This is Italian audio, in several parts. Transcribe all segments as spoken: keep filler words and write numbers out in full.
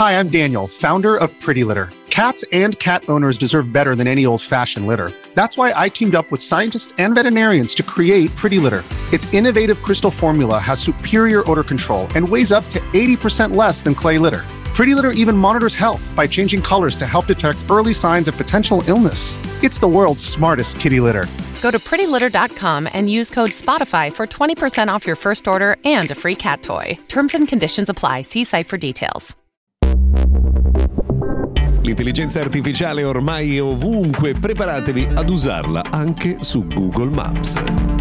Hi, I'm Daniel, founder of Pretty Litter. Cats and cat owners deserve better than any old-fashioned litter. That's why I teamed up with scientists and veterinarians to create Pretty Litter. Its innovative crystal formula has superior odor control and weighs up to eighty percent less than clay litter. Pretty Litter even monitors health by changing colors to help detect early signs of potential illness. It's the world's smartest kitty litter. Go to pretty litter dot com and use code SPOTIFY for twenty percent off your first order and a free cat toy. Terms and conditions apply. See site for details. L'intelligenza artificiale ormai è ovunque, preparatevi ad usarla anche su Google Maps.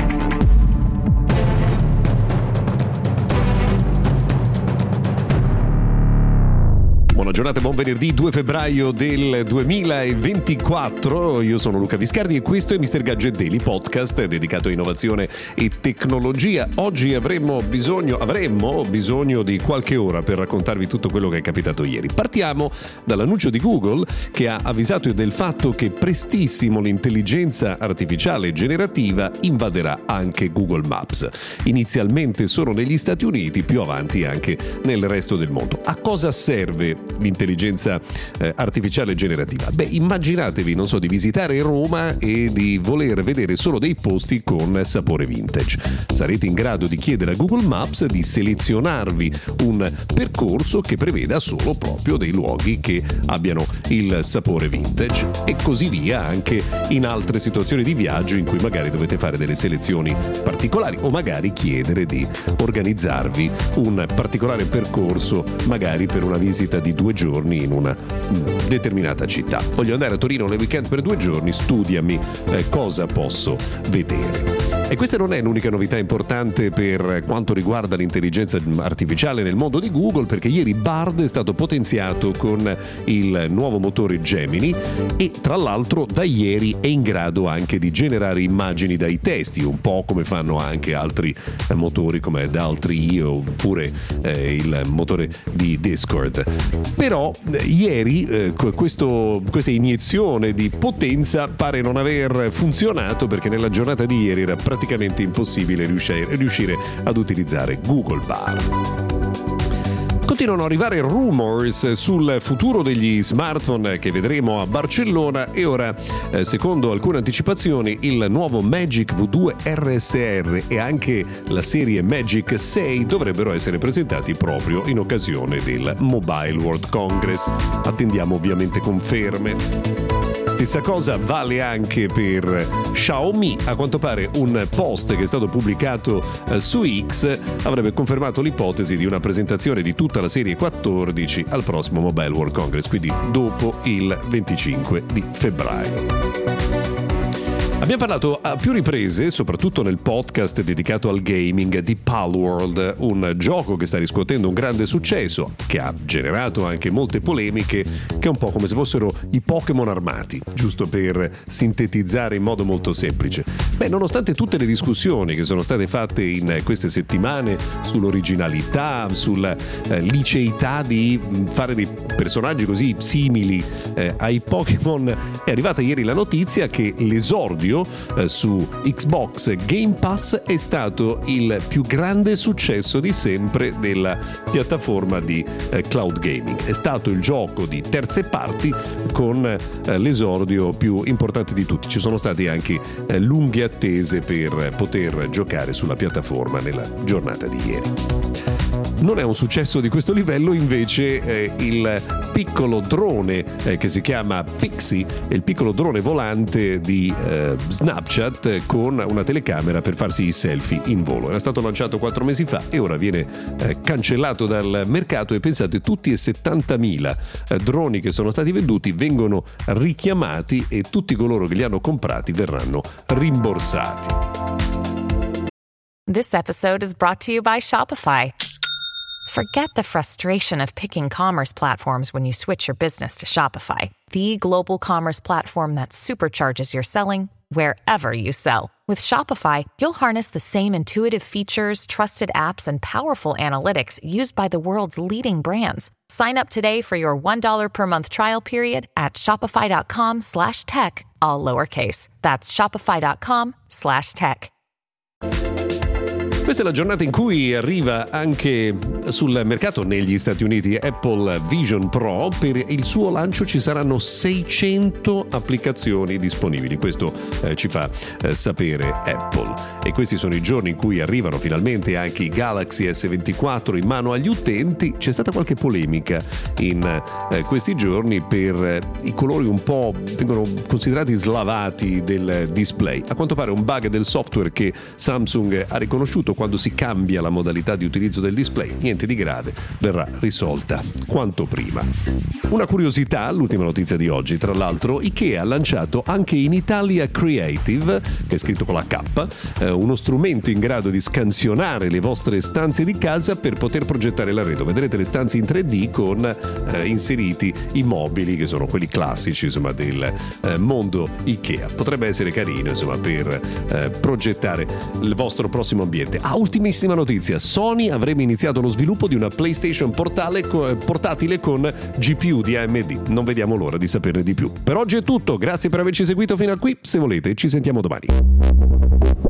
Buona giornata, buon venerdì due febbraio del duemilaventiquattro. Io sono Luca Viscardi e questo è mister Gadget Daily, podcast dedicato a innovazione e tecnologia. Oggi avremmo bisogno, avremmo bisogno di qualche ora per raccontarvi tutto quello che è capitato ieri. Partiamo dall'annuncio di Google, che ha avvisato del fatto che prestissimo l'intelligenza artificiale generativa invaderà anche Google Maps. Inizialmente solo negli Stati Uniti, più avanti anche nel resto del mondo. A cosa serve l'intelligenza eh, artificiale generativa? Beh, immaginatevi, non so, di visitare Roma e di voler vedere solo dei posti con sapore vintage. Sarete in grado di chiedere a Google Maps di selezionarvi un percorso che preveda solo proprio dei luoghi che abbiano il sapore vintage, e così via anche in altre situazioni di viaggio in cui magari dovete fare delle selezioni particolari o magari chiedere di organizzarvi un particolare percorso, magari per una visita di due giorni in una determinata città. Voglio andare a Torino nel weekend per due giorni, studiami eh, cosa posso vedere. E questa non è l'unica novità importante per quanto riguarda l'intelligenza artificiale nel mondo di Google, perché ieri Bard è stato potenziato con il nuovo motore Gemini e tra l'altro da ieri è in grado anche di generare immagini dai testi, un po' come fanno anche altri motori come Daltree oppure eh, il motore di Discord. Però eh, ieri eh, questo, questa iniezione di potenza pare non aver funzionato, perché nella giornata di ieri era praticamente impossibile riuscire, riuscire ad utilizzare Google Bard. Continuano ad arrivare rumors sul futuro degli smartphone che vedremo a Barcellona e ora, eh, secondo alcune anticipazioni, il nuovo Magic V due R S R e anche la serie Magic sei dovrebbero essere presentati proprio in occasione del Mobile World Congress. Attendiamo ovviamente conferme. Stessa cosa vale anche per Xiaomi. A quanto pare un post che è stato pubblicato eh, su X avrebbe confermato l'ipotesi di una presentazione di tutta la serie quattordici al prossimo Mobile World Congress, quindi dopo il venticinque di febbraio. Abbiamo parlato a più riprese, soprattutto nel podcast dedicato al gaming, di Palworld, un gioco che sta riscuotendo un grande successo, che ha generato anche molte polemiche, che è un po' come se fossero i Pokémon armati, giusto per sintetizzare in modo molto semplice. Beh, nonostante tutte le discussioni che sono state fatte in queste settimane sull'originalità, sulla eh, liceità di fare dei personaggi così simili eh, ai Pokémon, è arrivata ieri la notizia che l'esordio eh, su Xbox Game Pass è stato il più grande successo di sempre della piattaforma di eh, cloud gaming. È stato il gioco di terze parti con eh, l'esordio più importante di tutti. Ci sono state anche eh, lunghe attese per poter giocare sulla piattaforma nella giornata di ieri. Non è un successo di questo livello invece eh, il piccolo drone eh, che si chiama Pixie, è il piccolo drone volante di eh, Snapchat con una telecamera per farsi i selfie in volo. Era stato lanciato quattro mesi fa e ora viene eh, cancellato dal mercato, e pensate, tutti e settantamila eh, droni che sono stati venduti vengono richiamati e tutti coloro che li hanno comprati verranno rimborsati. This episode is brought to you by Shopify. Forget the frustration of picking commerce platforms when you switch your business to Shopify, the global commerce platform that supercharges your selling wherever you sell. With Shopify, you'll harness the same intuitive features, trusted apps, and powerful analytics used by the world's leading brands. Sign up today for your one dollar per month trial period at shopify.com slash tech, all lowercase. That's shopify.com slash tech. Questa è la giornata in cui arriva anche sul mercato negli Stati Uniti Apple Vision Pro. Per il suo lancio ci saranno seicento applicazioni disponibili, questo eh, ci fa eh, sapere Apple. E questi sono i giorni in cui arrivano finalmente anche i Galaxy S ventiquattro in mano agli utenti. C'è stata qualche polemica in eh, questi giorni per eh, i colori un po' vengono considerati slavati del display. A quanto pare un bug del software che Samsung ha riconosciuto quando si cambia la modalità di utilizzo del display. Niente di grave, verrà risolta quanto prima. Una curiosità, l'ultima notizia di oggi, tra l'altro, IKEA ha lanciato anche in Italia Creative, che è scritto con la K, eh, uno strumento in grado di scansionare le vostre stanze di casa per poter progettare l'arredo. Vedrete le stanze in tre D con eh, inseriti i mobili, che sono quelli classici, insomma, del eh, mondo IKEA. Potrebbe essere carino, insomma, per eh, progettare il vostro prossimo ambiente. Ah, ultimissima notizia, Sony avrebbe iniziato lo sviluppo di una PlayStation portale, portatile con G P U di A M D. Non vediamo l'ora di saperne di più. Per oggi è tutto, grazie per averci seguito fino a qui. Se volete ci sentiamo domani.